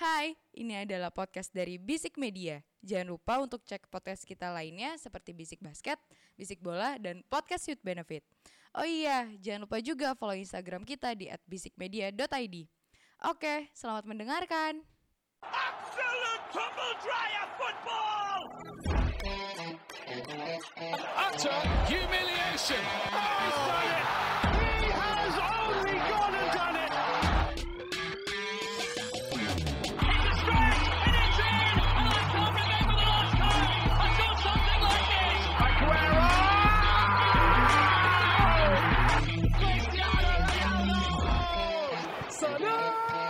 Hai, ini adalah podcast dari Bisik Media. Jangan lupa untuk cek podcast kita lainnya seperti Bisik Basket, Bisik Bola, dan Podcast Youth Benefit. Oh iya, jangan lupa juga follow Instagram kita di @bisikmedia.id. Oke, selamat mendengarkan. Absolute tumble dryer football! Utter humiliation. Oh, he's done it! He has only gone and done it! It's a stretch, and it's in! And I can't remember the last time I saw something like this! Aguero! Cristiano Ronaldo! Salah!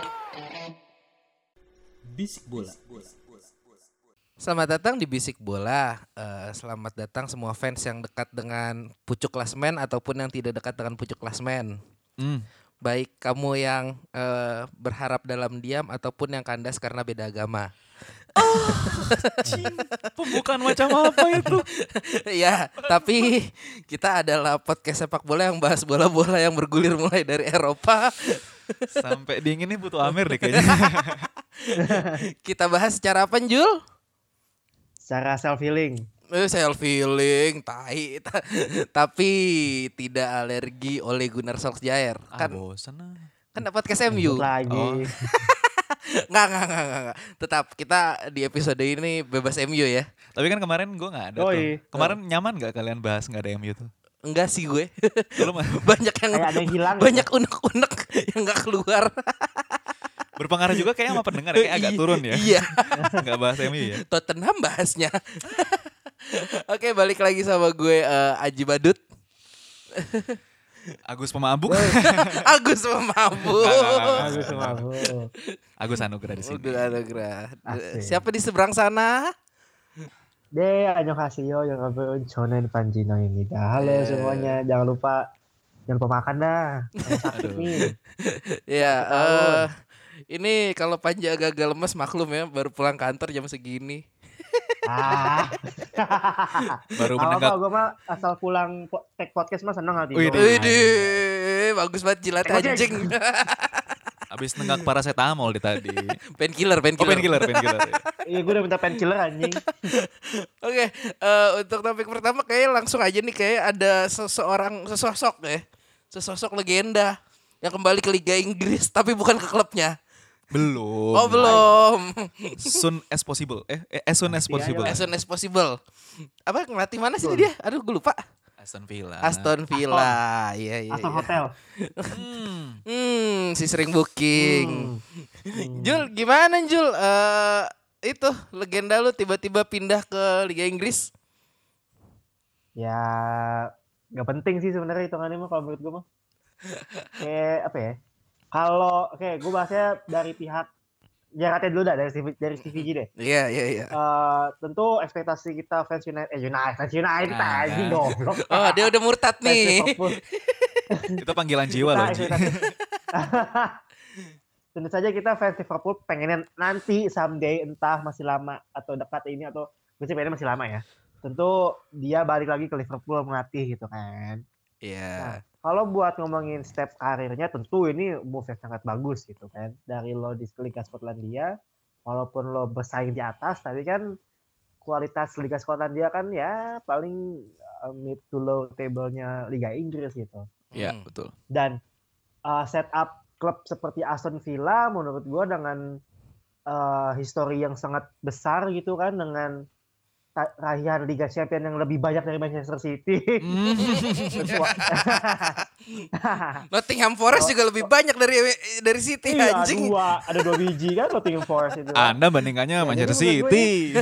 Bisik Bola. Selamat datang di Bisik Bola. Selamat datang semua fans yang dekat dengan pucuk klasmen ataupun yang tidak dekat dengan pucuk klasmen. Baik kamu yang berharap dalam diam ataupun yang kandas karena beda agama. Pembukaan macam apa itu? Ya, tapi kita adalah podcast sepak bola yang bahas bola-bola yang bergulir mulai dari Eropa. Sampai dingin nih butuh Amir deh kayaknya. Kita bahas secara apa, Jul? Secara self-healing. Self healing, tapi tidak alergi oleh Gunnar Solskjaer. Bosan ah. Kan dapat ke MU. Lagi. Oh. Enggak. Tetap kita di episode ini bebas MU ya. Tapi kan kemarin gue gak ada tuh. Kemarin nyaman gak kalian bahas gak ada MU tuh? Enggak sih gue. Lu mah Banyak yang Kayak ada yang hilang banyak unek-unek yang enggak keluar. berpengaruh juga kayak sama pendengar ya, kayak agak turun ya. Iya. Gak bahas MU ya. Tottenham bahasnya. Oke, balik lagi sama gue Aji Badut. Agus pemabuk. Agus Pemabuk. Bagus mabuk. Agus Anugrah di sini. Udah anugerah. Asik. Siapa di seberang sana? 안녕하세요 여러분. 저는 반진영입니다. Halo semuanya. Jangan lupa makan dah. Jangan sakit Aduh. nih. Ya, ini kalau Panji agak lemes maklum ya, baru pulang kantor jam segini. Baru Apa menenggak. gue mah asal pulang take podcast mah seneng hati. Wih, Widih, bagus banget jilat Ojek. anjing. Abis nenggak paracetamol di tadi. Painkiller. Oh painkiller ya. Iya gue udah minta painkiller anjing. Oke, untuk topik pertama kayak langsung aja nih, kayak ada sesosok legenda yang kembali ke Liga Inggris tapi bukan ke klubnya. Belum. Oh, belum. Soon as possible. As soon as possible. As soon as possible. Apa ngelatih mana sih dia? Aduh, gue lupa. Aston Villa. Aston Villa. Iya. Asal hotel. Si sering booking. Jul, gimana Jul? Itu legenda lu tiba-tiba pindah ke Liga Inggris. Ya gak penting sih sebenarnya hitungannya mah kalau menurut gue mah. Kayak apa ya? Kalau gue bahasnya dari pihak Jakarta dulu dah, dari CVG deh. Iya. Tentu ekspektasi kita fans United Nah, anjing kan. goblok. Oh, dia udah murtad Fans nih. Liverpool. Itu panggilan jiwa loh. Ji. Tentu saja kita fans Liverpool pengennya nanti someday, entah masih lama atau dekat ini atau pengennya masih lama ya. Tentu dia balik lagi ke Liverpool melatih gitu kan. Iya. Kalau buat ngomongin step karirnya tentu ini move yang sangat bagus gitu kan. Dari lo di Liga Skotlandia, walaupun lo bersaing di atas, tapi kan kualitas Liga Skotlandia kan ya paling mid to low table-nya Liga Inggris gitu. Iya betul. Dan setup klub seperti Aston Villa menurut gue dengan histori yang sangat besar gitu kan, dengan raihan Liga Champions yang lebih banyak dari Manchester City. Nottingham Forest juga lebih banyak dari City Iya, anjing. ada dua biji kan Nottingham Forest itu. Anda bandingkannya Ya, Manchester jadi menurut gue City.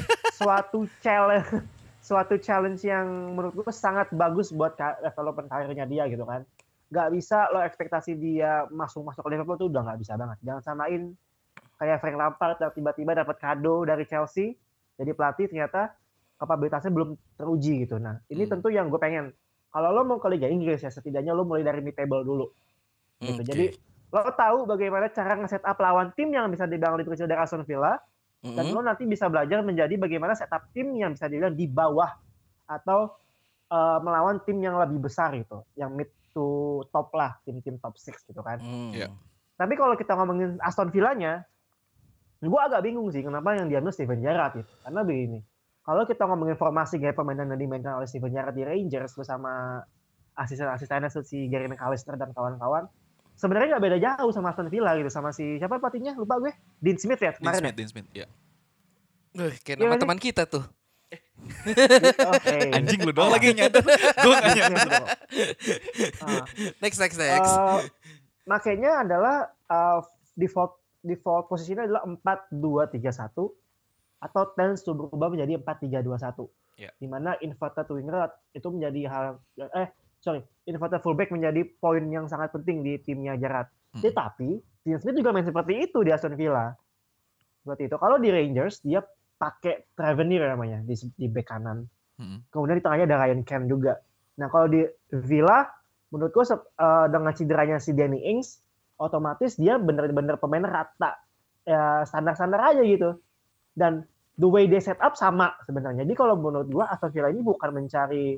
suatu challenge yang menurut gue sangat bagus buat development karirnya dia gitu kan. Gak bisa lo ekspektasi dia masuk ke Liverpool tuh udah gak bisa banget. Jangan samain kayak Frank Lampard yang tiba-tiba dapat kado dari Chelsea jadi pelatih, ternyata kapabilitasnya belum teruji gitu. Nah, ini tentu yang gue pengen. Kalau lo mau ke Liga Inggris ya setidaknya lo mulai dari mid table dulu. Gitu. Oke. Jadi lo tahu bagaimana cara nge-setup lawan tim yang bisa dibilang lebih kecil dari Aston Villa, dan lo nanti bisa belajar menjadi bagaimana setup tim yang bisa dibilang di bawah atau melawan tim yang lebih besar gitu, yang mid to top lah, tim-tim top 6 gitu kan. Iya. Tapi kalau kita ngomongin Aston Villa-nya, Gue agak bingung sih kenapa yang diambil Steven Gerrard itu. Karena begini, kalau kita ngomongin formasi gaya permainan yang dimainkan oleh Steven Gerrard di Rangers bersama asisten-asistennya si Gary McAllister dan kawan-kawan, sebenarnya nggak beda jauh sama Aston Villa gitu, sama si siapa pelatihnya lupa gue, Dean Smith ya kemarin. Dean Smith, ya. Kayak nama teman kita tuh. Okay. Anjing lu doang lagi nyadar. Gue nggak nyadar. Next. Makanya adalah default posisinya adalah 4-2-3-1 atau tends to berubah menjadi 4-3-2-1. Yeah. Di mana inverted winger itu menjadi inverted fullback menjadi poin yang sangat penting di timnya Gerrard. Tetapi Dean Smith juga main seperti itu di Aston Villa. Seperti itu. Kalau di Rangers dia pakai Tavernier namanya di back kanan. Kemudian di tengahnya ada Ryan Kent juga. Nah, kalau di Villa menurutku dengan cederanya si Danny Ings, otomatis dia bener-bener pemain rata, ya, standar-standar aja gitu. Dan the way they set up sama sebenarnya. Jadi kalau menurut gua Aston Villa ini bukan mencari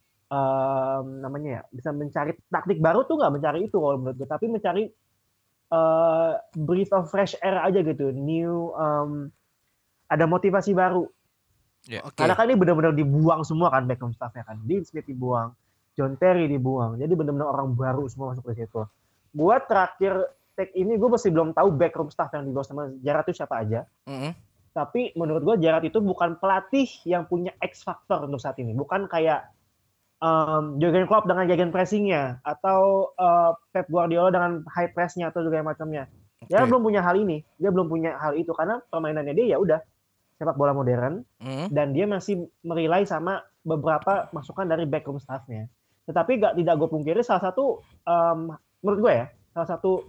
bisa mencari taktik baru tuh, nggak mencari itu kalau menurut gua, tapi mencari breath of fresh air aja gitu, ada motivasi baru. Yeah. Okay. Karena kan ini benar-benar dibuang semua kan backroom staff-nya kan. Dean Smith dibuang, John Terry dibuang. Jadi benar-benar orang baru semua masuk ke situ. Buat terakhir take ini gue masih belum tahu backroom staff yang dibawa sama Gerrard itu siapa aja. Tapi menurut gue Gerrard itu bukan pelatih yang punya X factor untuk saat ini. Bukan kayak Jurgen Klopp dengan gegen pressing-nya atau Pep Guardiola dengan high press-nya atau juga macamnya. Dia belum punya hal ini. Dia belum punya hal itu karena permainannya dia ya udah sepak bola modern dan dia masih merely sama beberapa masukan dari backroom staff-nya. Tetapi tidak gue pungkiri salah satu menurut gue ya, salah satu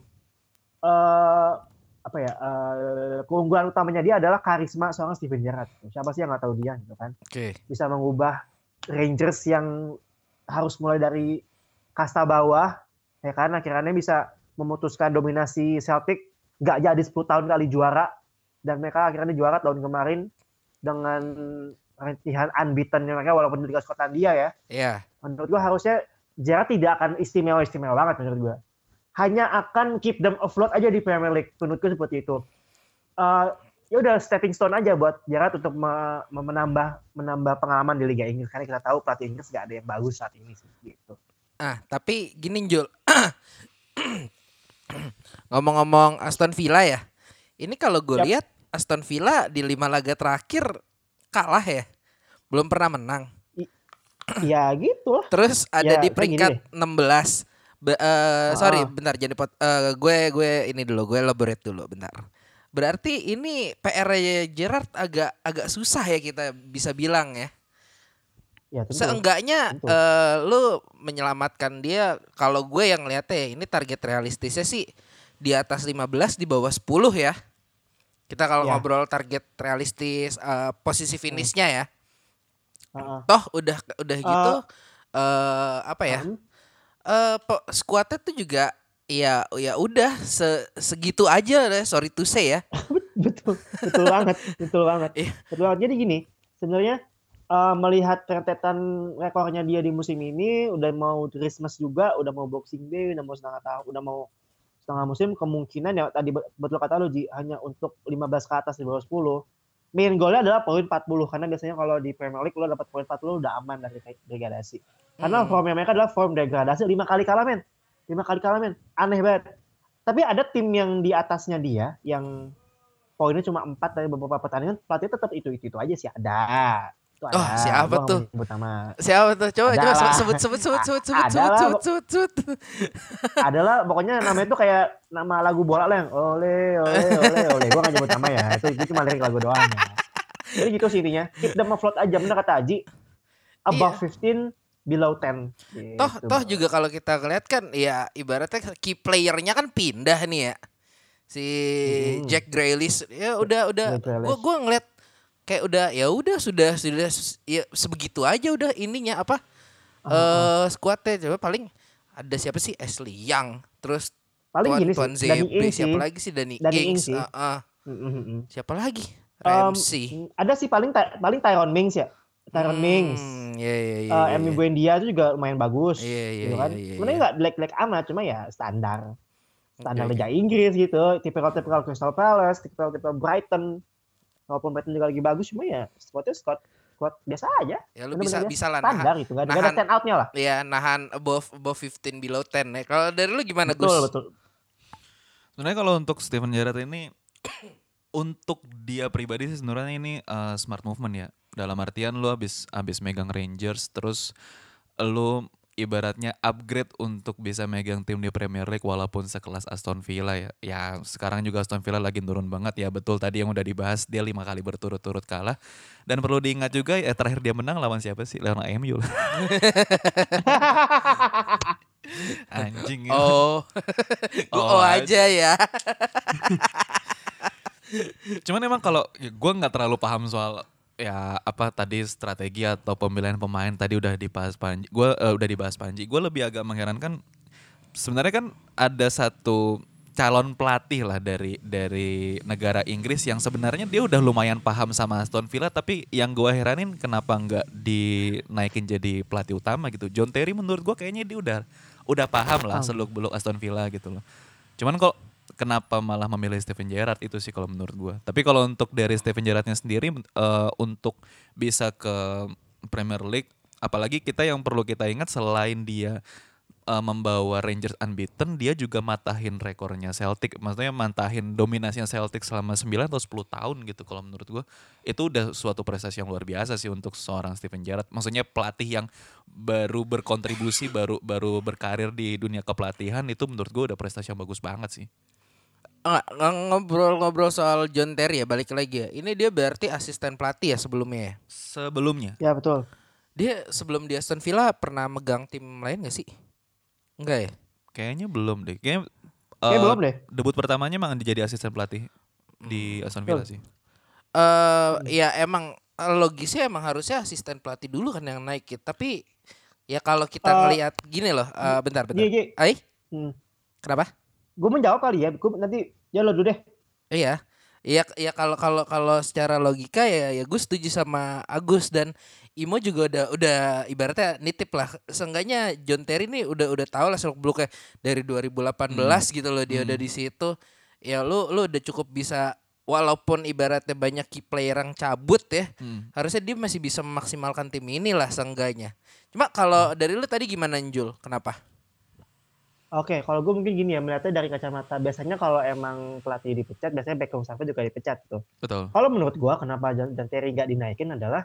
keunggulan utamanya dia adalah karisma seorang Steven Gerrard. Siapa sih yang nggak tahu dia gitu kan? Bisa mengubah Rangers yang harus mulai dari kasta bawah, ya kan, akhirnya bisa memutuskan dominasi Celtic, nggak jadi 10 tahun kali juara, dan mereka akhirnya juara tahun kemarin dengan rentihan unbeaten mereka walaupun di Liga Skotlandia ya. Iya. Menurut gue harusnya Gerrard tidak akan istimewa banget menurut gue. Hanya akan keep them afloat aja di Premier League. Menurut gue seperti itu. Ya udah stepping stone aja buat Gerrard untuk menambah pengalaman di Liga Inggris. Karena kita tahu pelatih Inggris nggak ada yang bagus saat ini sih. Gitu. Tapi gini Jul. Ngomong-ngomong Aston Villa ya. Ini kalau gue lihat Aston Villa di 5 laga terakhir kalah ya. Belum pernah menang. Ya gitu lah. Terus ada di peringkat 16. Bentar jadi gue ini dulu, gue elaborate dulu bentar. Berarti ini PR-nya Gerrard agak susah ya kita bisa bilang ya. Ya, tentu. Seenggaknya lu menyelamatkan dia. Kalau gue yang lihatnya ini target realistisnya sih di atas 15 di bawah 10 ya. Kita kalau ngobrol target realistis posisi finishnya ya. Toh udah gitu skuadnya tuh juga ya udah segitu aja deh, sorry to say ya. betul banget. Betul banget. Jadi gini, sebenarnya melihat rentetan rekornya dia di musim ini, udah mau Christmas juga, udah mau Boxing Day, udah mau setengah musim, kemungkinan ya tadi betul kata lu Ji, hanya untuk 15 ke atas di bawah 10. Main goalnya adalah poin 40 karena biasanya kalau di Premier League lo dapat poin 40 udah aman dari degradasi. Karena formnya mereka adalah form degradasi 5 kali kalah men. Aneh banget. Tapi ada tim yang di atasnya dia yang poinnya cuma 4 dari beberapa pertandingan, pelatih tetap itu aja sih ada. Siapa tuh? Siapa tuh? Coba sebut. Adalah pokoknya namanya itu kayak nama lagu bola lah yang ole. Gua enggak nyebut nama ya. Itu cuma lirik lagu doang ya. Jadi gitu sih intinya. Keep them afloat aja, bener kata Aji. Above 15, below 10. Gitu. Toh juga kalau kita lihat kan ya ibaratnya key player-nya kan pindah nih ya. Si Jack Grealish ya udah gua ngeliat kayak sudah ya sebegitu aja udah ininya skuadnya. Coba paling ada siapa sih, Ashley Young, terus paling Tuan ZB, siapa lagi sih, Danny Ings. Siapa lagi? Ramsey. Ada sih paling Tyrone Mings ya. Emi Buendia itu juga lumayan bagus. Gitu kan. Sebenarnya nggak black amat, cuma ya standar standar Liga Inggris gitu, tipikal Crystal Palace, tipikal Brighton. Walaupun Brighton juga lagi bagus, cuma ya squad biasa aja. Ya lu bisa lah standar gitu, nggak ada stand outnya lah. Iya, nahan above 15 below 10 ya. Kalau dari lu gimana, Gus? Betul. Sebenarnya kalau untuk Steven Gerrard ini untuk dia pribadi sih sebenarnya ini smart movement ya. Dalam artian lu habis megang Rangers, terus lu ibaratnya upgrade untuk bisa megang tim di Premier League walaupun sekelas Aston Villa ya. Ya sekarang juga Aston Villa lagi turun banget ya. Betul tadi yang udah dibahas, dia 5 kali berturut-turut kalah. Dan perlu diingat juga terakhir dia menang lawan siapa sih? Lawan MU. Anjing. Oh aja ya. Cuman emang kalau gue nggak terlalu paham soal ya apa tadi strategi atau pemilihan pemain tadi udah dibahas Panji. Udah dibahas Panji. Gue lebih agak mengherankan sebenarnya kan ada satu calon pelatih lah dari negara Inggris yang sebenarnya dia udah lumayan paham sama Aston Villa, tapi yang gue heranin kenapa nggak dinaikin jadi pelatih utama gitu. John Terry menurut gue kayaknya dia udah paham lah seluk-beluk Aston Villa gitu loh. Cuman kok kenapa malah memilih Steven Gerrard itu sih kalau menurut gue. Tapi kalau untuk dari Steven Gerrardnya sendiri untuk bisa ke Premier League, apalagi yang perlu kita ingat selain dia membawa Rangers unbeaten, dia juga matahin rekornya Celtic. Maksudnya matahin dominasinya Celtic selama 9 atau 10 tahun gitu kalau menurut gue. Itu udah suatu prestasi yang luar biasa sih untuk seorang Steven Gerrard. Maksudnya pelatih yang baru berkontribusi, baru berkarir di dunia kepelatihan, itu menurut gue udah prestasi yang bagus banget sih. Ngobrol soal John Terry ya, balik lagi ya. Ini dia berarti asisten pelatih ya sebelumnya ya? Sebelumnya. Ya betul. Dia sebelum di Aston Villa pernah megang tim lain gak sih? Enggak ya? Kayaknya belum deh. Kayaknya belum deh. Debut pertamanya emang jadi asisten pelatih di Aston Villa sih. Ya emang logisnya emang harusnya asisten pelatih dulu kan yang naik gitu. Tapi ya kalau kita ngelihat gini loh, bentar. Ai? Kenapa? Gue menjawab kali ya, gue nanti lo dulu deh. Iya kalau secara logika ya gue setuju sama Agus dan Imo juga udah ibaratnya nitip lah. Seenggaknya John Terry nih udah tahu lah seluk beluknya dari 2018 gitu loh dia udah di situ. Ya lu udah cukup bisa, walaupun ibaratnya banyak key player yang cabut ya, harusnya dia masih bisa memaksimalkan tim ini lah seenggaknya. Cuma kalau dari lu tadi gimana Jul? Kenapa? Oke, kalau gue mungkin gini ya, melihatnya dari kacamata biasanya kalau emang pelatih dipecat, biasanya backroom staff juga dipecat gitu. Betul. Kalau menurut gue kenapa John Terry nggak dinaikin adalah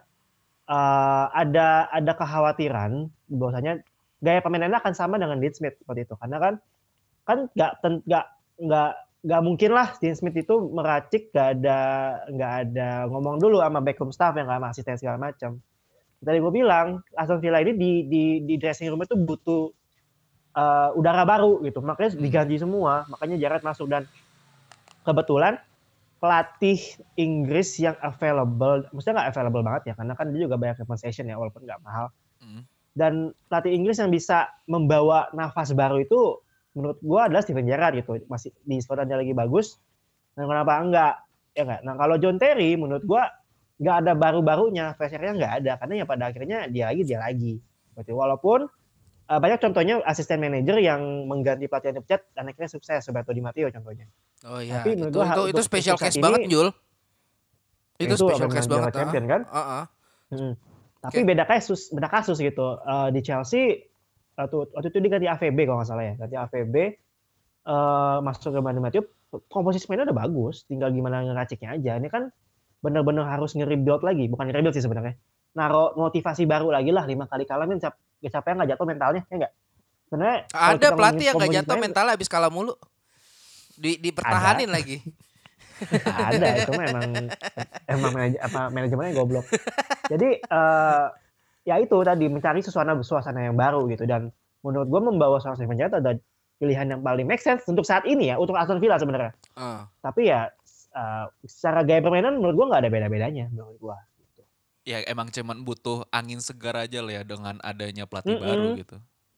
ada kekhawatiran bahwasanya gaya permainannya akan sama dengan Dean Smith seperti itu, karena kan nggak mungkin lah Dean Smith itu meracik nggak ada ngomong dulu sama backroom staff yang nggak sama asisten segala macam. Tadi gue bilang Aston Villa ini di dressing room itu butuh udara baru gitu, makanya diganti semua, makanya Gerrard masuk. Dan kebetulan pelatih Inggris yang available, maksudnya nggak available banget ya, karena kan dia juga banyak compensation ya walaupun nggak mahal. Dan pelatih Inggris yang bisa membawa nafas baru itu menurut gue adalah Steven Gerrard gitu, masih di squadnya lagi bagus. Dan kenapa enggak? Ya enggak. Nah kalau John Terry menurut gue nggak ada baru-barunya, pressure-nya nggak ada, karena ya pada akhirnya dia lagi. Berarti walaupun banyak contohnya asisten manajer yang mengganti pelatih yang dipecat dan akhirnya sukses, Roberto Di Matteo contohnya. Oh iya, tapi itu special case banget Jul. Itu special case banget champion kan? Tapi beda kasus gitu. Di Chelsea waktu itu diganti AVB kalau nggak salah ya, ganti AVB masuk ke Di Matteo, komposisi mainnya udah bagus, tinggal gimana ngeraciknya aja. Ini kan benar-benar harus nge-rebuild lagi, bukan nge-rebuild sih sebenarnya. Naruh motivasi baru lagi lah, 5 kali kalah kan siapa yang nggak jatuh mentalnya, ya nggak? Sebenarnya ada pelatih yang nggak jatuh mentalnya habis kalah mulu, dipertahanin lagi. Ada, itu emang manajemennya goblok. Jadi ya itu tadi mencari suasana yang baru gitu, dan menurut gue membawa seorang Steven Gerrard ada pilihan yang paling make sense untuk saat ini ya, untuk Aston Villa sebenarnya. Tapi ya secara gaya permainan menurut gue nggak ada beda-bedanya menurut gue. Ya emang cuman butuh angin segar aja lah ya dengan adanya pelatih baru gitu.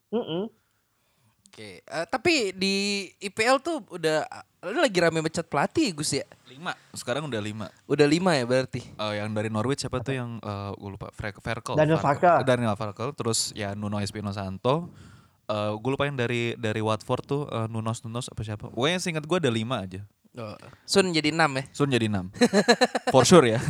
Oke, tapi di IPL tuh udah lagi rame mecat pelatih Gus ya? 5, sekarang udah 5. Udah 5 ya berarti? Yang dari Norwich siapa tuh yang gue lupa, Daniel Farke. Terus ya Nuno Espirito Santo. gue lupain dari Watford tuh Nunos apa siapa. Pokoknya seingat gue ada 5 aja. Oh. Sun jadi 6 ya. Sun jadi 6. For sure ya.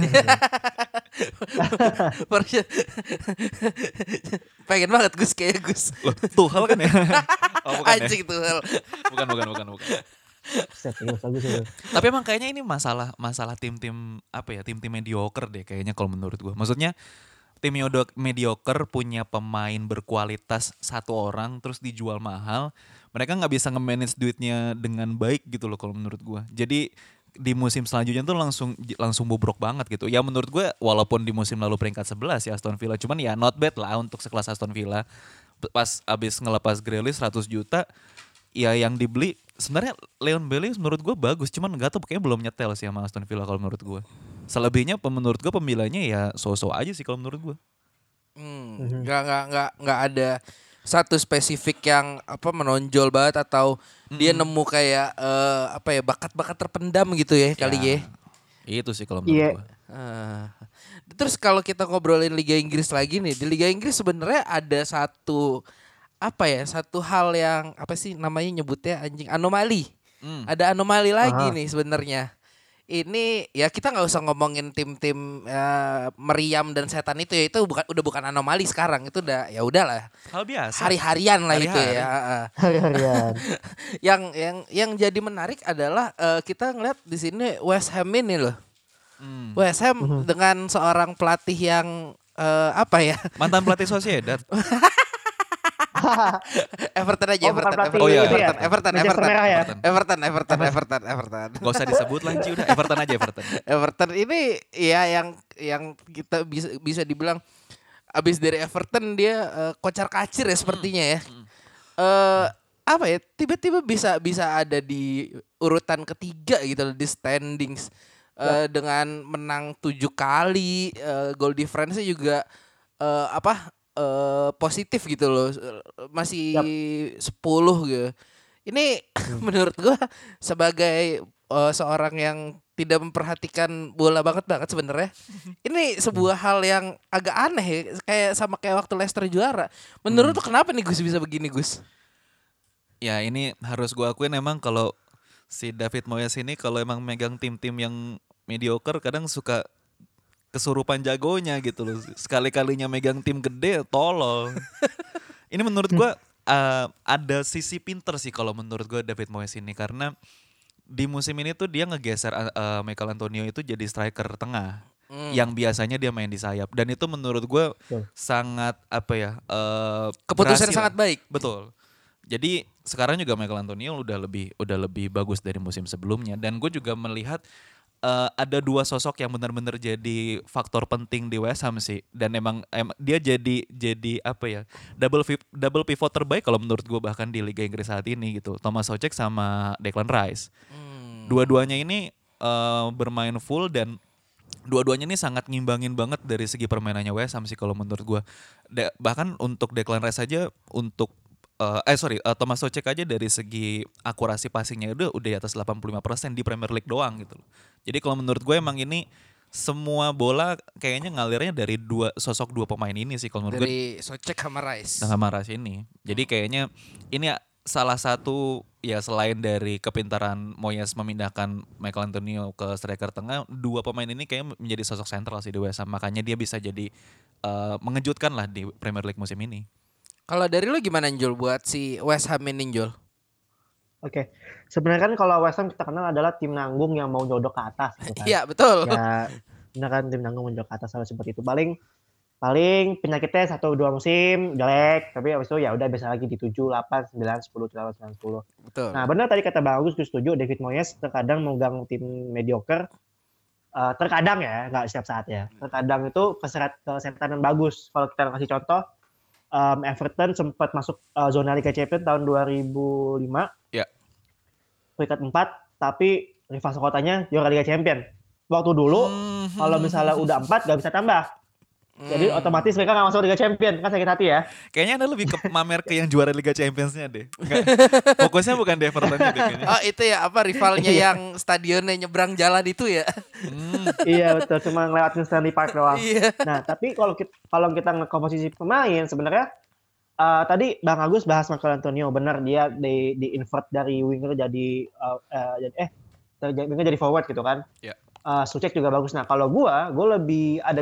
Pengen banget Gus kayak Gus. Loh, Tuchel kan ya? Oh, bukan Anjing tuh. Bukan. Set, bagus itu. Tapi emang kayaknya ini masalah tim-tim apa ya? Tim-tim mediocre deh kayaknya kalau menurut gue. Maksudnya tim mediocre punya pemain berkualitas satu orang terus dijual mahal, mereka nggak bisa nge-manage duitnya dengan baik gitu loh kalau menurut gue. Jadi di musim selanjutnya tuh langsung bobrok banget gitu. Ya menurut gue walaupun di musim lalu peringkat 11 ya Aston Villa, cuman ya not bad lah untuk sekelas Aston Villa. Pas abis ngelepas Grealish 100 juta, ya yang dibeli sebenarnya Leon Bailey menurut gue bagus, cuman nggak tahu kayaknya belum nyetel sih sama Aston Villa kalau menurut gue. Selebihnya menurut gue pembelanya ya so-so aja sih kalau menurut gue. Nggak ada satu spesifik yang menonjol banget atau dia nemu kayak bakat-bakat terpendam gitu ya kali ya. Itu sih kalau menurut gue. Terus kalau kita ngobrolin Liga Inggris lagi nih, di Liga Inggris sebenarnya ada satu hal yang namanya nyebutnya anjing anomali. Ada anomali lagi nih sebenarnya. Ini ya kita nggak usah ngomongin tim-tim meriam dan setan itu ya, itu udah bukan anomali sekarang, itu ya udahlah hal biasa, hari-harian lah itu ya. Hari-harian. yang jadi menarik adalah kita ngeliat di sini West Ham ini loh. West Ham dengan seorang pelatih yang mantan pelatih Sociedad. Everton aja, Everton. Gak usah disebut lah, udah Everton aja. Everton ini ya yang kita bisa dibilang abis dari Everton dia kocar-kacir ya sepertinya ya. Tiba-tiba bisa ada di urutan ketiga gitu di standings dengan menang 7 kali, goal difference-nya juga positif gitu loh, masih 10 gitu. Ini menurut gua sebagai seorang yang tidak memperhatikan bola banget sebenarnya, ini sebuah hal yang agak aneh ya, kayak waktu Leicester juara. Menurut lu kenapa nih Gus bisa begini Gus? Ya ini harus gua akuin emang kalau si David Moyes ini kalau emang megang tim-tim yang mediocre kadang suka kesurupan jagonya gitu loh. Sekali-kalinya megang tim gede tolol. Ini menurut gue ada sisi pinter sih kalau menurut gue David Moyes ini, karena di musim ini tuh dia ngegeser Michail Antonio itu jadi striker tengah yang biasanya dia main di sayap, dan itu menurut gue sangat keputusan berhasil. Sangat baik. Betul. Jadi sekarang juga Michail Antonio udah lebih bagus dari musim sebelumnya, dan gue juga melihat ada 2 sosok yang benar-benar jadi faktor penting di West Ham sih, dan emang dia jadi double pivot terbaik kalau menurut gue bahkan di Liga Inggris saat ini gitu. Thomas Soucek sama Declan Rice. Dua-duanya ini bermain full dan dua-duanya ini sangat ngimbangin banget dari segi permainannya West Ham sih kalau menurut gue. Bahkan untuk Declan Rice aja Thomas Soucek aja dari segi akurasi passingnya udah di atas 85% di Premier League doang gitu loh. Jadi kalau menurut gue emang ini semua bola kayaknya ngalirnya dari sosok dua pemain ini sih kalau menurut gue. Dari Soucek sama Rice. Sama Rice ini. Jadi kayaknya ini salah satu ya selain dari kepintaran Moyes memindahkan Michail Antonio ke striker tengah, 2 pemain ini kayaknya menjadi sosok sentral sih di West Ham. Makanya dia bisa jadi mengejutkan lah di Premier League musim ini. Kalau dari lu gimana Njol buat si West Ham ini Njol? Oke. Sebenarnya kan kalau West Ham kita kenal adalah tim nanggung yang mau nyodok ke atas gitu kan. Iya, betul. Ya, benar kan, tim nanggung nyodok ke atas hal seperti itu. Paling penyakitnya 1-2 musim jelek, tapi abis itu ya udah bisa lagi di 7, 8, 9, 10. Betul. Nah, benar tadi kata Bang Agus, gue setuju, David Moyes terkadang megang tim mediocre. Terkadang ya, nggak setiap saat ya. Terkadang itu kesetanan bagus. Kalau kita kasih contoh, Everton sempat masuk zona Liga Champions tahun 2005. Ya. Peringkat 4, tapi rival sekotanya juara Liga Champions. Waktu dulu, kalau misalnya udah 4 gak bisa tambah. Jadi otomatis mereka gak masuk Liga Champions. Kan sakit hati ya. Kayaknya Anda lebih mamer ke yang juara Liga Champions-nya deh. Fokusnya bukan di Everton-nya deh kayaknya. Oh itu ya rivalnya yang stadionnya nyebrang jalan itu ya. Iya betul, cuma ngelewatin Stanley Park doang. Iya. Nah tapi kalau kita ngekomposisi pemain sebenarnya Tadi Bang Agus bahas Marco Antonio, benar dia di invert dari winger jadi winger jadi forward gitu kan. Ya. Souček juga bagus. Nah kalau gue lebih ada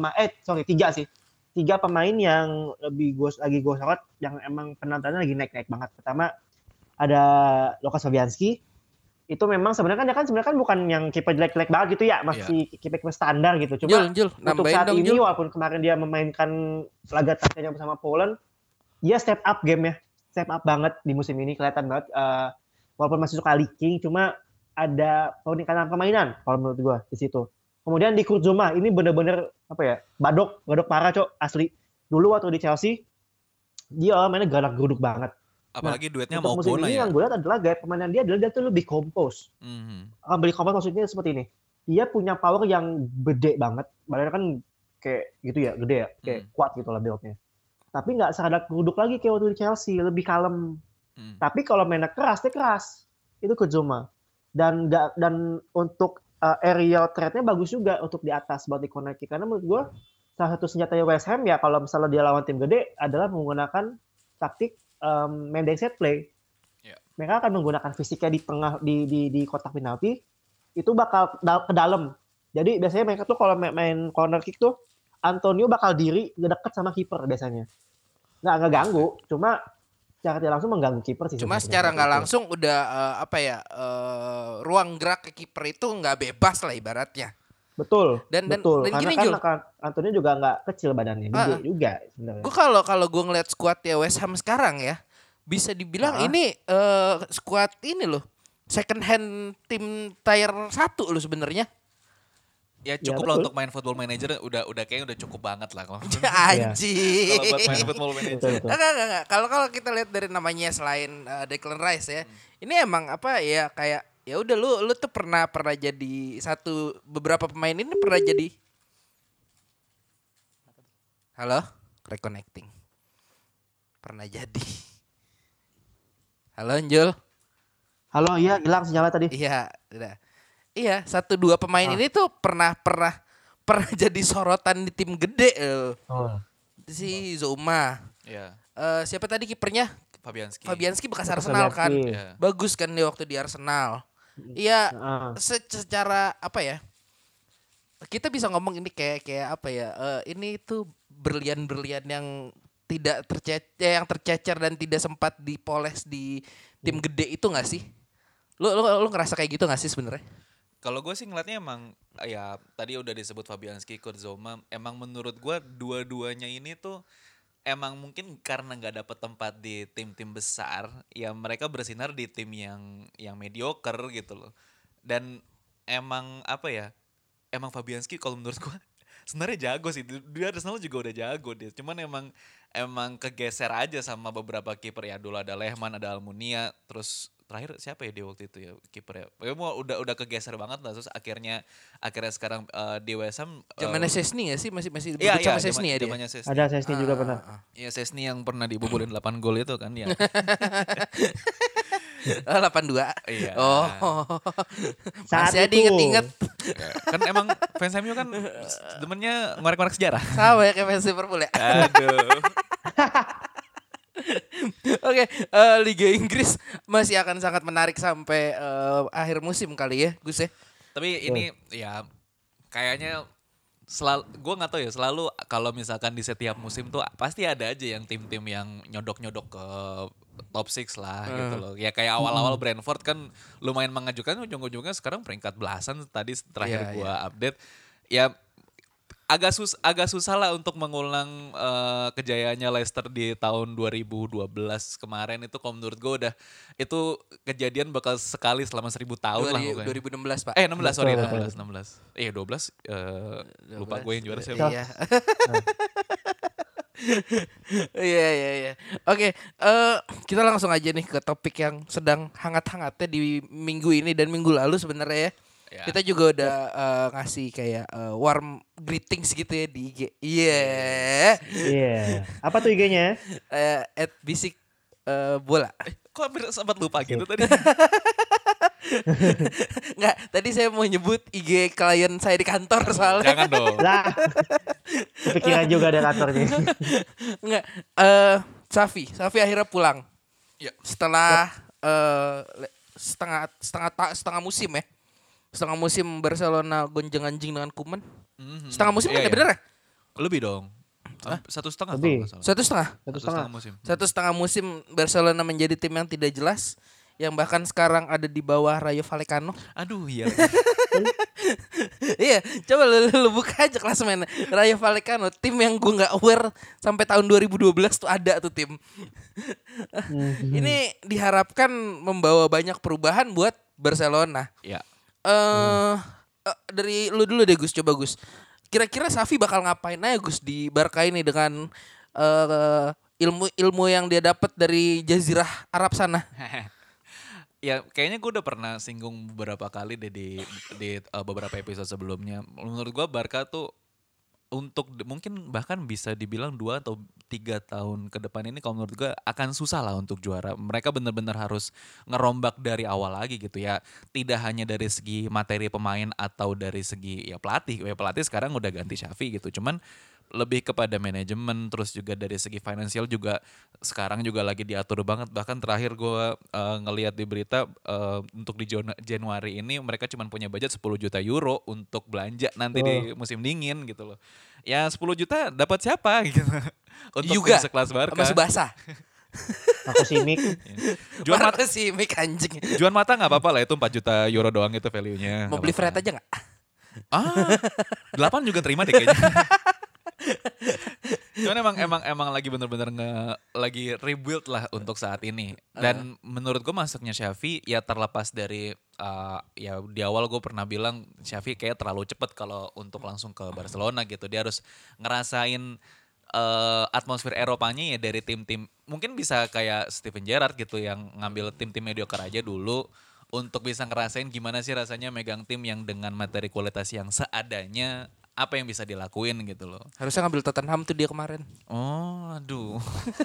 tiga pemain yang gue sorot yang emang penontonnya lagi naik banget. Pertama ada Lukas Fabianski. Itu memang sebenarnya kan bukan yang kiper jelek-jelek banget gitu ya, masih kiper standar gitu. Cuma Jul, untuk saat ini walaupun kemarin dia memainkan laga terakhirnya bersama Poland, dia step up banget di musim ini, kelihatan banget. Walaupun masih suka leaking, cuma ada peningkatan permainan kalau menurut gue di situ. Kemudian di Kurtzuma ini bener-bener badok parah cok, asli. Dulu waktu di Chelsea dia mainnya galak geruduk banget. Apalagi duetnya mau musim ini yang gue lihat adalah gaya permainan dia tuh lebih kompos. Lebih kompos maksudnya seperti ini. Dia punya power yang gede banget. Badannya kan kayak gitu ya, gede ya, kayak kuat gitu lah build-nya. Tapi nggak serada geruduk lagi kayak waktu di Chelsea, lebih kalem. Tapi kalau mainnya keras, dia keras. Itu Kurtzuma. Dan untuk aerial threat-nya bagus juga untuk di atas buat dikoneksi. Karena menurut gue salah satu senjatanya West Ham ya kalau misalnya dia lawan tim gede adalah menggunakan taktik main set play. Yeah. Mereka akan menggunakan fisiknya di tengah di kotak penalti itu bakal ke dalam. Jadi biasanya mereka tuh kalau main corner kick tuh Antonio bakal diri deket sama kiper biasanya. Nggak ganggu, cuma secara tidak langsung mengganggu kiper sih. Cuma secara nggak langsung udah ruang gerak ke kiper itu nggak bebas lah ibaratnya. Betul. Dan karena gini, kan Antonio juga nggak kecil badannya, gede juga sebenarnya. Gue kalau gue ngeliat squad ya West Ham sekarang ya, bisa dibilang ini squad ini loh, second hand tim tier 1 loh sebenarnya. Ya cukup lah untuk main Football Manager udah kayaknya udah cukup banget lah kalau. Anjing. Kalau buat main Football Manager. Enggak. Kalau kita lihat dari namanya selain Declan Rice ya, ini emang kayak ya udah lu tuh pernah jadi beberapa pemain ini pernah jadi. Halo, reconnecting. Pernah jadi. Halo Anjul. Halo, iya hilang sinyalnya tadi. Iya, udah. Iya, 1-2 pemain ini tuh pernah jadi sorotan di tim gede. Si Zouma. Iya. Siapa tadi kipernya? Fabianski bekas Arsenal kan. Yeah. Bagus kan dia waktu di Arsenal. Iya, secara kita bisa ngomong ini kayak ini tuh berlian-berlian yang tidak tercecer dan tidak sempat dipoles di tim gede itu nggak sih? Lu ngerasa kayak gitu nggak sih sebenarnya? Kalau gue sih ngeliatnya emang ya tadi udah disebut Fabianski, Kurtzuma, emang menurut gue dua-duanya ini tuh emang mungkin karena nggak dapet tempat di tim-tim besar, ya mereka bersinar di tim yang mediocre gitu loh. Dan emang emang Fabianski kalau menurut gue sebenarnya jago sih. Dia Arsenal juga udah jago dia. Cuman emang kegeser aja sama beberapa kiper ya. Dulu ada Lehmann, ada Almunia, terus terakhir siapa ya dia waktu itu ya kiper ya. Pokoknya udah kegeser banget lah, terus akhirnya sekarang di West Ham zamannya Szczesny ya sih masih iya, sama Szczesny ya dia. Ada Szczesny juga pernah. Iya Szczesny yang pernah dibobolin 8 gol itu kan ya. 82. Iya. Oh. Saat masih itu. diinget-inget. Kan emang fans MU kan demennya ngorek-ngorek sejarah. Sama ya kayak fans Liverpool ya. Aduh. Oke, Liga Inggris masih akan sangat menarik sampai akhir musim kali ya, Gus ya. Tapi ini ya kayaknya gue nggak tahu ya, selalu kalau misalkan di setiap musim tuh pasti ada aja yang tim-tim yang nyodok-nyodok ke top 6 lah gitu loh. Ya kayak awal-awal Brentford kan lumayan mengejutkan, ujung-ujungnya sekarang peringkat belasan tadi terakhir gue update. Ya agak susah lah untuk mengulang kejayaannya Leicester di tahun 2012 kemarin. Itu kalau menurut gue udah itu kejadian bakal sekali selama 1000 tahun lah pokoknya. 2016 Pak. 16 sorry 16. 12 lupa gue yang juara siapa. Iya. Iya. Oke, kita langsung aja nih ke topik yang sedang hangat-hangatnya di minggu ini dan minggu lalu sebenarnya ya. Ya. Kita juga udah ngasih kayak warm greetings gitu ya di IG. Iya. Apa tuh IG-nya? @bisik_bola. Kok hampir sempat lupa gitu tadi? Enggak, tadi saya mau nyebut IG klien saya di kantor soalnya. Jangan dong. Lah. Kepikiran juga ada kantornya. Enggak, Xavi akhirnya pulang. Ya. Setelah setengah musim ya. Setengah musim Barcelona gonjang-ganjing dengan Koeman. Setengah musim kan ya bener ya? Lebih dong. 1,5 kalau Lebih. nggak salah. Satu setengah. 1,5 musim. Satu setengah musim Barcelona menjadi tim yang tidak jelas, yang bahkan sekarang ada di bawah Rayo Vallecano. Aduh iya. Iya, coba lu buka aja klasemen Rayo Vallecano, tim yang gue nggak aware sampai tahun 2012 tuh ada tuh tim. Ini diharapkan membawa banyak perubahan buat Barcelona. Ya. Dari lu dulu deh Gus, coba Gus. Kira-kira Xavi bakal ngapain aja Gus di Barca ini dengan ilmu yang dia dapat dari Jazirah Arab sana? Ya kayaknya gue udah pernah singgung beberapa kali deh di beberapa episode sebelumnya. Menurut gue Barca tuh untuk mungkin bahkan bisa dibilang 2 atau 3 tahun ke depan ini kalau menurut gue akan susah lah untuk juara. Mereka benar-benar harus ngerombak dari awal lagi gitu ya. Tidak hanya dari segi materi pemain atau dari segi ya pelatih. Ya pelatih sekarang udah ganti Xavi gitu. Cuman lebih kepada manajemen, terus juga dari segi finansial juga sekarang juga lagi diatur banget. Bahkan terakhir gue ngelihat di berita untuk di Januari ini mereka cuma punya budget 10 juta euro untuk belanja nanti di musim dingin gitu loh. Ya 10 juta dapat siapa gitu. Untuk Juga tim sekelas Barca. sama Subasa. Aku Simic. Jual mata Simic anjing. Jual mata nggak apa-apa lah, itu 4 juta euro doang itu value-nya. Mau beli Fred aja nggak? 8 juga terima deh kayaknya. Cuman emang lagi bener-bener lagi rebuild lah untuk saat ini. Dan menurut gue masuknya Xavi ya terlepas dari ya di awal gue pernah bilang Xavi kayak terlalu cepet kalau untuk langsung ke Barcelona gitu. Dia harus ngerasain atmosfer Eropanya ya dari tim-tim mungkin bisa kayak Steven Gerrard gitu yang ngambil tim-tim mediocre aja dulu untuk bisa ngerasain gimana sih rasanya megang tim yang dengan materi kualitas yang seadanya, apa yang bisa dilakuin gitu loh. Harusnya ngambil Tottenham tuh dia kemarin. Oh, aduh.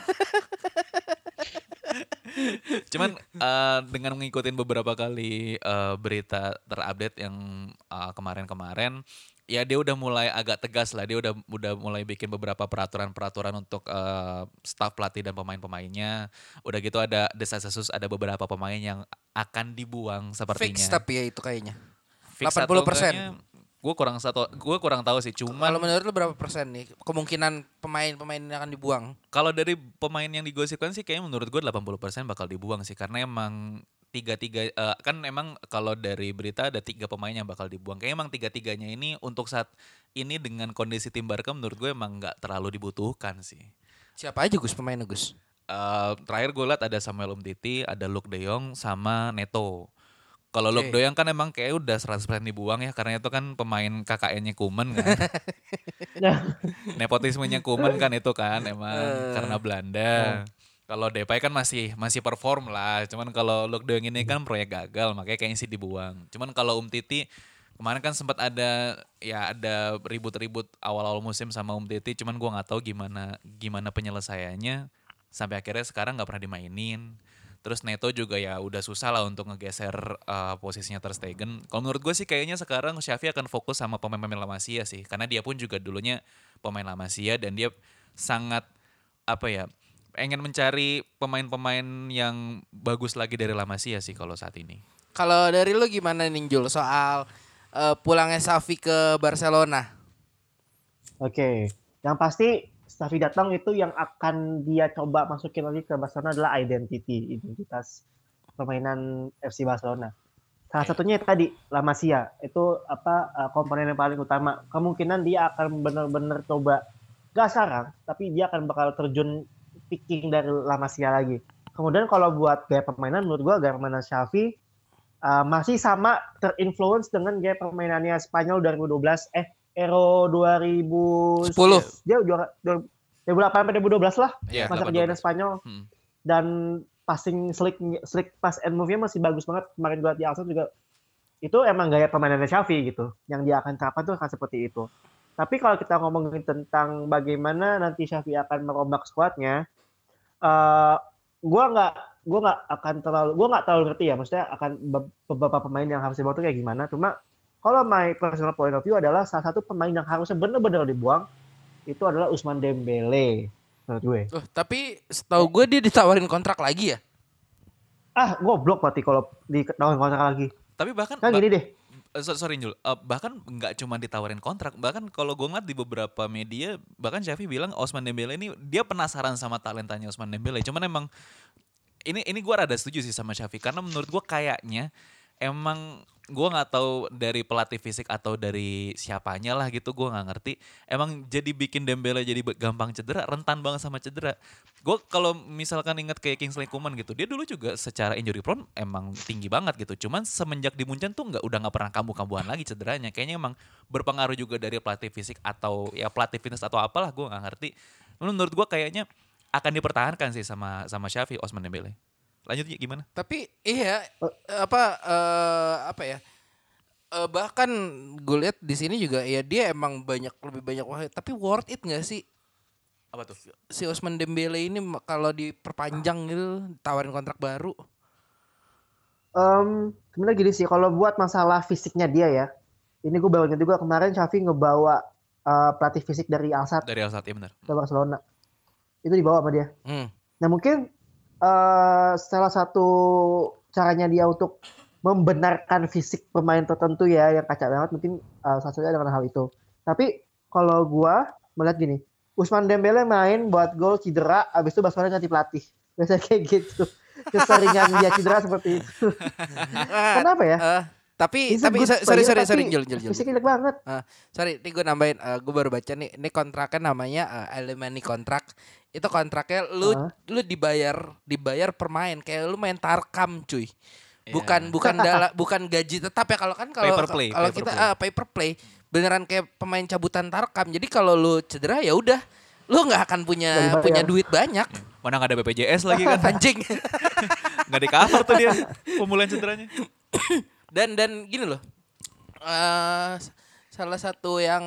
Cuman dengan mengikutin beberapa kali berita terupdate yang kemarin-kemarin, ya dia udah mulai agak tegas lah. Dia udah mulai bikin beberapa peraturan-peraturan untuk staf pelatih dan pemain-pemainnya. Udah gitu ada desas-desus ada beberapa pemain yang akan dibuang sepertinya. Fix tapi ya itu kayaknya. Fix 80%. Gue kurang tahu sih. Cuman Kalau menurut lu berapa persen nih kemungkinan pemain-pemain yang akan dibuang? kalau dari pemain yang digosipkan sih kayaknya menurut gue 80% bakal dibuang sih. Karena emang kan emang kalau dari berita ada 3 pemain yang bakal dibuang. Kayaknya emang 3-3-nya ini untuk saat ini dengan kondisi tim Barca menurut gue emang gak terlalu dibutuhkan sih. Siapa aja Gus pemainnya Gus? Terakhir gue liat ada Samuel Umtiti, ada Luuk de Jong sama Neto. Kalau Luuk de Jong kan emang kayak udah 100% dibuang ya karena itu kan pemain KKN-nya Koeman kan. Nepotismenya Koeman kan itu kan emang karena Belanda. Kalau Depay kan masih perform lah. Cuman kalau Luuk de Jong ini kan proyek gagal makanya kayaknya sih dibuang. Cuman kalau Umtiti kemarin kan sempat ada ribut-ribut awal-awal musim sama Umtiti, cuman gua nggak tahu gimana penyelesaiannya sampai akhirnya sekarang nggak pernah dimainin. Terus Neto juga ya udah susah lah untuk ngegeser posisinya Ter Stegen. Kalau menurut gue sih kayaknya sekarang Xavi akan fokus sama pemain-pemain La Masia sih. Karena dia pun juga dulunya pemain La Masia dan dia sangat pengen mencari pemain-pemain yang bagus lagi dari La Masia sih kalau saat ini. Kalau dari lu gimana nih Jul soal pulangnya Xavi ke Barcelona? Oke, yang pasti Xavi datang itu yang akan dia coba masukin lagi ke Barcelona adalah identitas permainan FC Barcelona. Salah satunya tadi La Masia itu komponen yang paling utama. Kemungkinan dia akan benar-benar coba gak sekarang, tapi dia akan bakal terjun picking dari La Masia lagi. Kemudian kalau buat gaya permainan, menurut gue gaya permainan Xavi masih sama terinfluence dengan gaya permainannya Spanyol 2012 Euro 2010. Dia juara 2008-2012 lah. Masa kejayaan Spanyol. Dan passing slick pass and move-nya masih bagus banget. Kemarin gue lihat di Arsenal juga itu emang gaya permainannya Xavi gitu. Yang dia akan terapkan tuh akan seperti itu. Tapi kalau kita ngomongin tentang bagaimana nanti Xavi akan merombak skuadnya, gue nggak terlalu ngerti ya. Maksudnya akan beberapa pemain yang harus dibawa tuh kayak gimana. Cuma kalau my personal point of view adalah salah satu pemain yang harusnya benar-benar dibuang itu adalah Ousmane Dembele. menurut gue. Tapi setahu gue dia ditawarin kontrak lagi ya. Goblok berarti kalau ditawarin kontrak lagi. Tapi bahkan Kan gini deh. sorry Jul, bahkan nggak cuma ditawarin kontrak, bahkan kalau gue ngeliat di beberapa media, bahkan Xavi bilang Ousmane Dembele ini dia penasaran sama talentanya Ousmane Dembele. Cuman emang ini gue rada setuju sih sama Xavi, karena menurut gue kayaknya emang gue nggak tahu dari pelatih fisik atau dari siapanya lah gitu, gue nggak ngerti. Emang jadi bikin Dembele jadi gampang cedera, rentan banget sama cedera. Gue kalau misalkan inget kayak Kingsley Coman gitu, dia dulu juga secara injury prone emang tinggi banget gitu. Cuman semenjak di Munchen tuh udah nggak pernah kambuh-kambuhan lagi cederanya. Kayaknya emang berpengaruh juga dari pelatih fisik atau ya pelatih fitness atau apalah, gue nggak ngerti. Menurut gue kayaknya akan dipertahankan sih sama Xavi Ousmane Dembele. Lanjut gimana? Tapi iya apa ya? Bahkan gue lihat di sini juga ya dia emang lebih banyak tapi worth it nggak sih? Apa tuh? Si Ousmane Dembele ini kalau diperpanjang gitu, tawarin kontrak baru. Sebenarnya gini sih, kalau buat masalah fisiknya dia ya, ini gue baru ingat juga kemarin Xavi ngebawa pelatih fisik dari Al Sadd. Dari Al Sadd, ya benar. Ke Barcelona. Itu dibawa sama dia. Nah mungkin salah satu caranya dia untuk membenarkan fisik pemain tertentu ya yang kacau banget, mungkin salah satunya dengan hal itu. Tapi kalau gue melihat gini, Ousmane Dembele main buat gol cedera, abis itu Barcelona ganti pelatih. Biasanya kayak gitu. Keseringan dia cedera seperti itu. Kenapa ya? Tapi sorry Jul. Fisiknya jelek banget. Sorry, ini gue nambahin, gue baru baca nih, ini kontraknya namanya Alemany kontrak. Itu kontraknya lu dibayar per main, kayak lu main Tarkam cuy. Bukan gaji tetap ya, kalau kita pay per play. Beneran kayak pemain cabutan Tarkam. Jadi kalau lu cedera ya udah, lu nggak akan punya duit banyak. Mana nggak ada BPJS lagi kan? Anjing. Nggak di cover tuh dia pemulihan cederanya. Dan gini loh, salah satu yang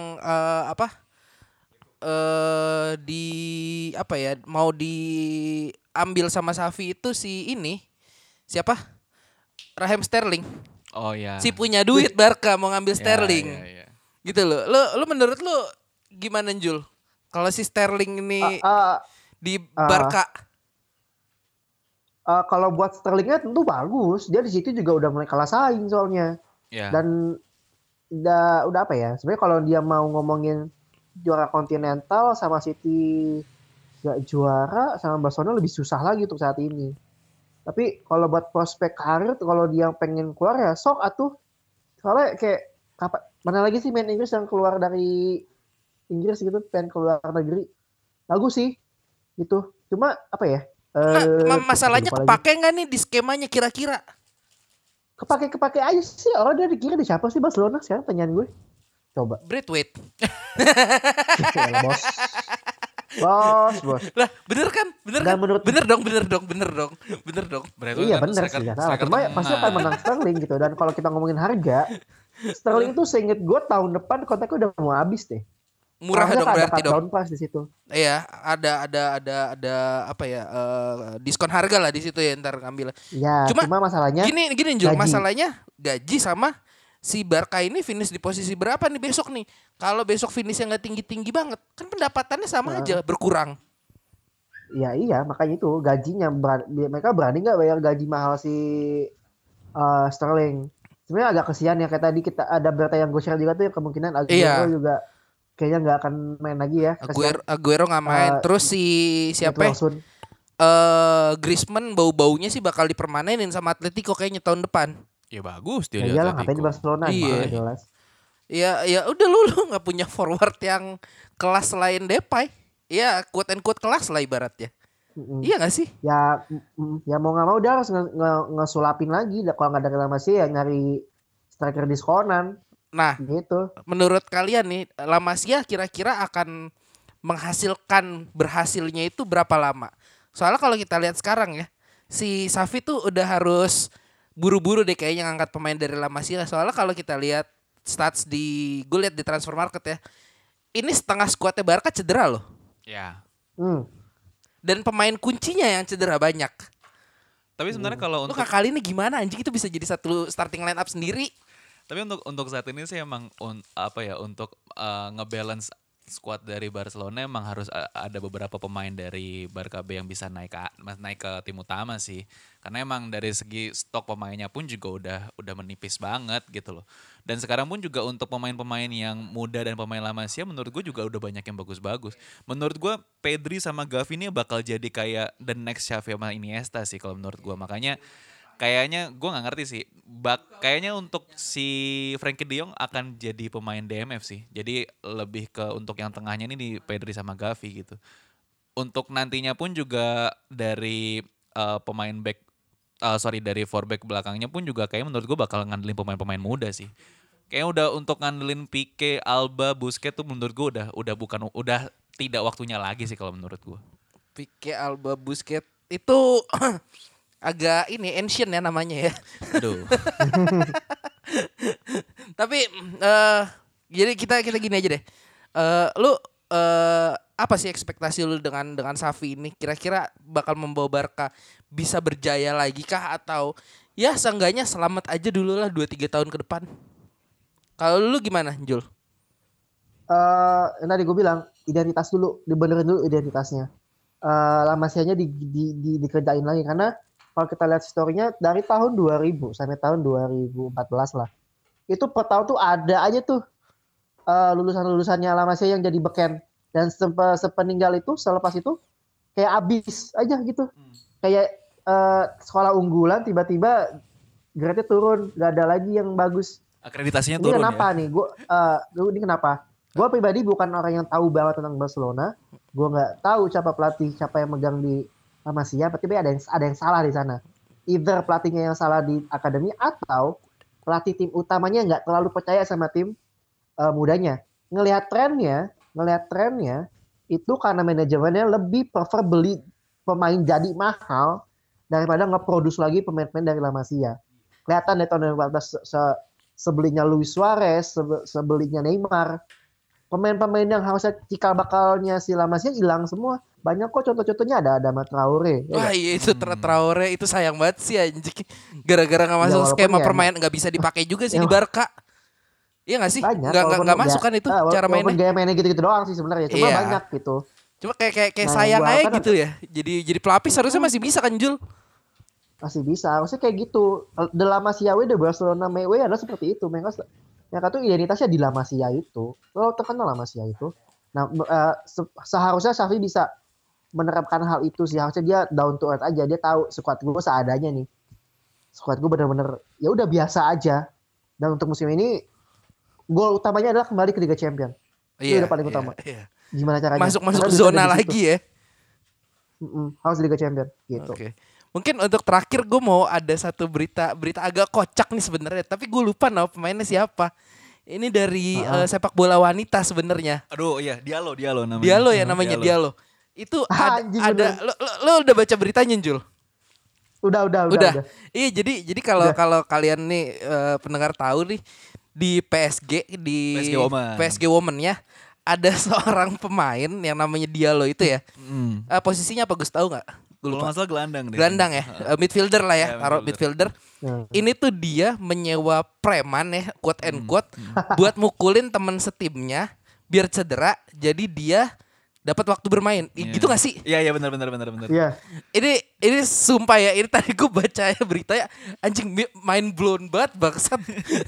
mau diambil sama Xavi itu siapa? Raheem Sterling. Oh ya. Si punya duit Barca mau ngambil Sterling. Ya. Gitu loh. Lu menurut lu gimana Jul? Kalau si Sterling ini di Barca? Kalau buat Sterlingnya tentu bagus. Dia di situ juga udah mulai kalah saing soalnya. Yeah. Dan udah apa ya? Sebenarnya kalau dia mau ngomongin juara kontinental sama City gak juara, sama Barcelona lebih susah lagi untuk saat ini. Tapi kalau buat prospek karir, kalau dia pengen keluar ya sok atuh. Soalnya kayak mana lagi sih main Inggris yang keluar dari Inggris gitu, pengen keluar negeri. Bagus sih gitu. Cuma apa ya? Masalahnya kepake nggak nih di skemanya kira-kira? Kepake aja sih. Orang dia dikira di siapa sih Barcelona sekarang, pertanyaan gue. Coba. Braithwaite. Bos. Lah bener kan? Bener dong. Iya bener sih. Cuma pasti akan menang Sterling gitu. Dan kalau kita ngomongin harga, Sterling tuh seinget gue tahun depan kontraknya udah mau habis deh. Murah dong berarti dong. Down price di situ. Iya, ada apa ya? Diskon harga lah di situ ya, ntar ngambil. Ya, cuma masalahnya gini Jul, masalahnya gaji sama si Barca ini finish di posisi berapa nih besok nih? Kalau besok finishnya nggak tinggi banget, kan pendapatannya sama aja berkurang. Iya, makanya itu gajinya mereka berani nggak bayar gaji mahal si Sterling. Sebenarnya agak kesian ya, kayak tadi kita ada berita yang gue share juga tuh, kemungkinan Aguero juga kayaknya nggak akan main lagi ya. Aguero nggak main. Terus si siapa? Griezmann bau-baunya sih bakal dipermanenin sama Atletico kayaknya tahun depan. Ya bagus dia di Atletico. Ngapain di Barcelona? Iya. Jelas. Ya udah lu nggak punya forward yang kelas selain Depay. Ya quote and quote kelas lah ibaratnya. Iya nggak sih? Ya mau nggak mau dia harus ngesulapin lagi. Kalau nggak ada Real Madrid ya nyari striker diskonan. Nah, gitu. Menurut kalian nih, La Masia kira-kira akan menghasilkan berhasilnya itu berapa lama? Soalnya kalau kita lihat sekarang ya, si Xavi tuh udah harus buru-buru deh kayaknya ngangkat pemain dari La Masia. Soalnya kalau kita lihat stats gue lihat di transfer market ya, ini setengah skuadnya Barca cedera loh. Ya. Dan pemain kuncinya yang cedera banyak. Tapi sebenarnya kalau untuk kali ini gimana anjing, itu bisa jadi satu starting line up sendiri. Tapi untuk saat ini sih emang untuk ngebalance squad dari Barcelona emang harus ada beberapa pemain dari Barca B yang bisa naik ke tim utama sih. Karena emang dari segi stok pemainnya pun juga udah menipis banget gitu loh. Dan sekarang pun juga untuk pemain-pemain yang muda dan pemain La Masia menurut gue juga udah banyak yang bagus-bagus. Menurut gue Pedri sama Gavi ini bakal jadi kayak the next Xavi sama Iniesta sih kalau menurut gue. Makanya kayaknya gue nggak ngerti sih. Kayaknya untuk si Frenkie De Jong akan jadi pemain DMF sih. Jadi lebih ke untuk yang tengahnya ini di Pedri sama Gavi gitu. Untuk nantinya pun juga dari pemain back dari four back belakangnya pun juga kayak menurut gue bakal ngandelin pemain-pemain muda sih. Kayaknya udah untuk ngandelin Pique, Alba, Busquets tuh menurut gue udah tidak waktunya lagi sih kalau menurut gue. Pique, Alba, Busquets itu agak ini ancient ya namanya ya. Aduh. Tapi jadi kita gini aja deh. Lu apa sih ekspektasi lu dengan Xavi ini? Kira-kira bakal membawa Barca bisa berjaya lagi kah atau ya seenggaknya selamat aja dulu lah 2-3 tahun ke depan? Kalau lu gimana, Jul? Yang tadi gue bilang identitas dulu, dibenerin dulu identitasnya. La Masia-nya dikerjain lagi karena kalau kita lihat story-nya dari tahun 2000 sampai tahun 2014 lah. Itu per tahun tuh ada aja tuh lulusan-lulusannya La Masia yang jadi beken. Dan sepeninggal itu, selepas itu kayak abis aja gitu. Kayak sekolah unggulan tiba-tiba grade-nya turun, gak ada lagi yang bagus. Akreditasinya Ini turun kenapa ya? nih? Ini kenapa? Gue pribadi bukan orang yang tahu banget tentang Barcelona. Gue nggak tahu siapa pelatih, siapa yang megang di La Masia. Tapi ada yang salah di sana. Either pelatihnya yang salah di akademi atau pelatih tim utamanya nggak terlalu percaya sama tim mudanya. Ngelihat trennya itu karena manajemennya lebih prefer beli pemain jadi mahal daripada nge-produce lagi pemain-pemain dari La Masia. Kelihatan dari tahun 2014 sebelinya Luis Suarez, sebelinya Neymar. Pemain-pemain yang harusnya cikal bakalnya si La Masia hilang semua. Banyak kok contoh-contohnya ada Adama Traore. Wah iya itu Traore itu sayang banget sih anjing. Gara-gara gak masuk skema permainan gak bisa dipakai juga sih di Barca. Iya gak sih? Banyak. Gak masuk kan itu cara mainnya. Walaupun gaya mainnya gitu-gitu doang sih sebenarnya. Cuma banyak gitu. Cuma kayak sayang aja gitu ya. Jadi pelapis harusnya masih bisa kan Jul? Masih bisa. Harusnya kayak gitu. The La Masia de Barcelona Mewe adalah seperti itu. Mereka tuh identitasnya di La Masia itu. Lo terkenal La Masia itu. Nah seharusnya Xavi bisa menerapkan hal itu sih. Harusnya dia down to earth aja. Dia tahu squad gue seadanya nih. Squad gue bener-bener ya udah biasa aja. Dan untuk musim ini gol utamanya adalah kembali ke Liga Champions. Itu udah paling utama. Gimana caranya? Masuk zona lagi ya. Harus Liga Champions gitu. Okay. Mungkin untuk terakhir gue mau ada satu berita agak kocak nih sebenarnya. Tapi gue lupa nama pemainnya siapa. Ini dari sepak bola wanita sebenarnya. Aduh iya Diallo namanya. Diallo ya namanya Diallo. Itu ada lo udah baca beritanya Jul? Udah. Iya jadi kalau kalian nih pendengar tahu nih di PSG Women ya ada seorang pemain yang namanya Diallo itu ya. Posisinya apa Gus tahu nggak? Kalau nggak salah gelandang deh. Gelandang ya, midfielder lah ya, taruh midfielder. Ini tuh dia menyewa preman ya, quote and quote, buat mukulin teman setimnya biar cedera, jadi dia dapat waktu bermain. Gitu gak sih? Iya benar. Iya. Ini sumpah ya, ini tadi gue baca ya beritanya anjing mind blown banget bangsat.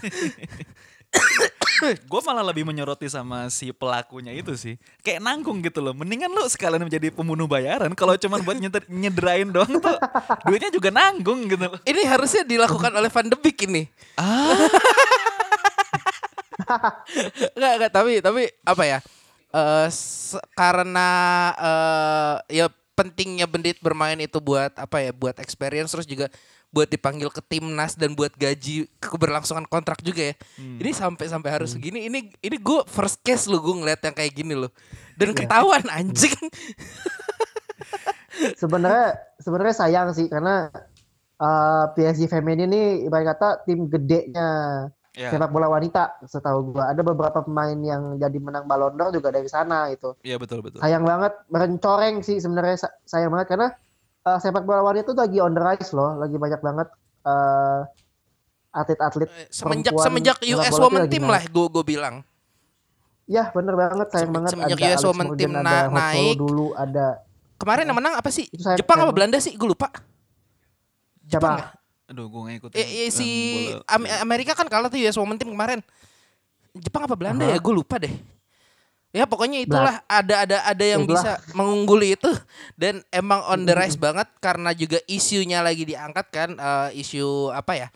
Gue malah lebih menyoroti sama si pelakunya itu sih. Kayak nanggung gitu loh. Mendingan lu sekalian menjadi pembunuh bayaran. Kalau cuma buat nyederain doang tuh duitnya juga nanggung gitu loh. Ini harusnya dilakukan oleh Van de Beek ini. Enggak, tapi apa ya? Karena ya pentingnya Bendit bermain itu buat apa ya? Buat experience terus juga buat dipanggil ke timnas dan buat gaji keberlangsungan kontrak juga ya. Ini sampai harus segini. Ini gue first case lo gue ngeliat yang kayak gini lo. Dan ketahuan anjing. Sebenarnya sayang sih karena PSG Feminin ini ibarat kata tim gedenya sepak bola wanita. Setahu gue ada beberapa pemain yang jadi menang Ballon d'Or juga dari sana itu. Iya betul. Sayang banget, merencoreng sih sebenarnya sayang banget karena sepak bola wanita itu lagi on the rise loh, lagi banyak banget atlet-atlet semenjak US Women Team lah gue bilang. Ya bener banget, sayang banget. Semenjak Ada US Alex Women Morgan, Team ada Hot Solo naik. dulu, ada Kemarin yang menang apa sih? Itu sayang Jepang apa banget. Belanda sih? Gue lupa. Jepang ya? siapa? Aduh, gue gak ikutin. Si yang bola. Amerika kan kalah tuh US Women Team kemarin. Jepang apa Belanda ya? Gue lupa deh. Ya pokoknya itulah ada yang Itulah. bisa mengungguli itu dan emang on the rise banget karena juga isunya lagi diangkat kan, isu apa ya?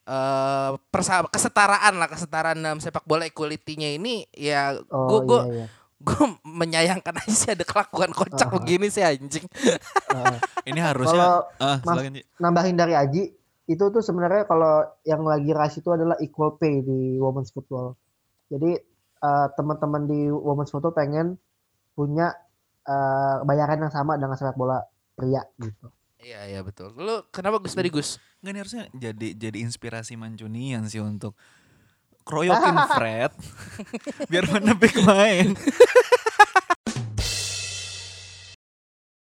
Kesetaraan dalam sepak bola, equality-nya ini ya Oh gue iya. gue menyayangkan aja sih ada kelakuan kocak begini sih anjing. Ini harusnya Kalau silakan, Ji. nambahin dari Aji, itu tuh sebenarnya kalau yang lagi rise itu adalah equal pay di women's football. Jadi teman-teman di women's football pengen punya bayaran yang sama dengan sepak bola pria gitu. Iya betul. Lu kenapa Gus tadi Gus? Nggak, ini harusnya jadi inspirasi Mancunian sih untuk kroyokin Fred biar mana back main.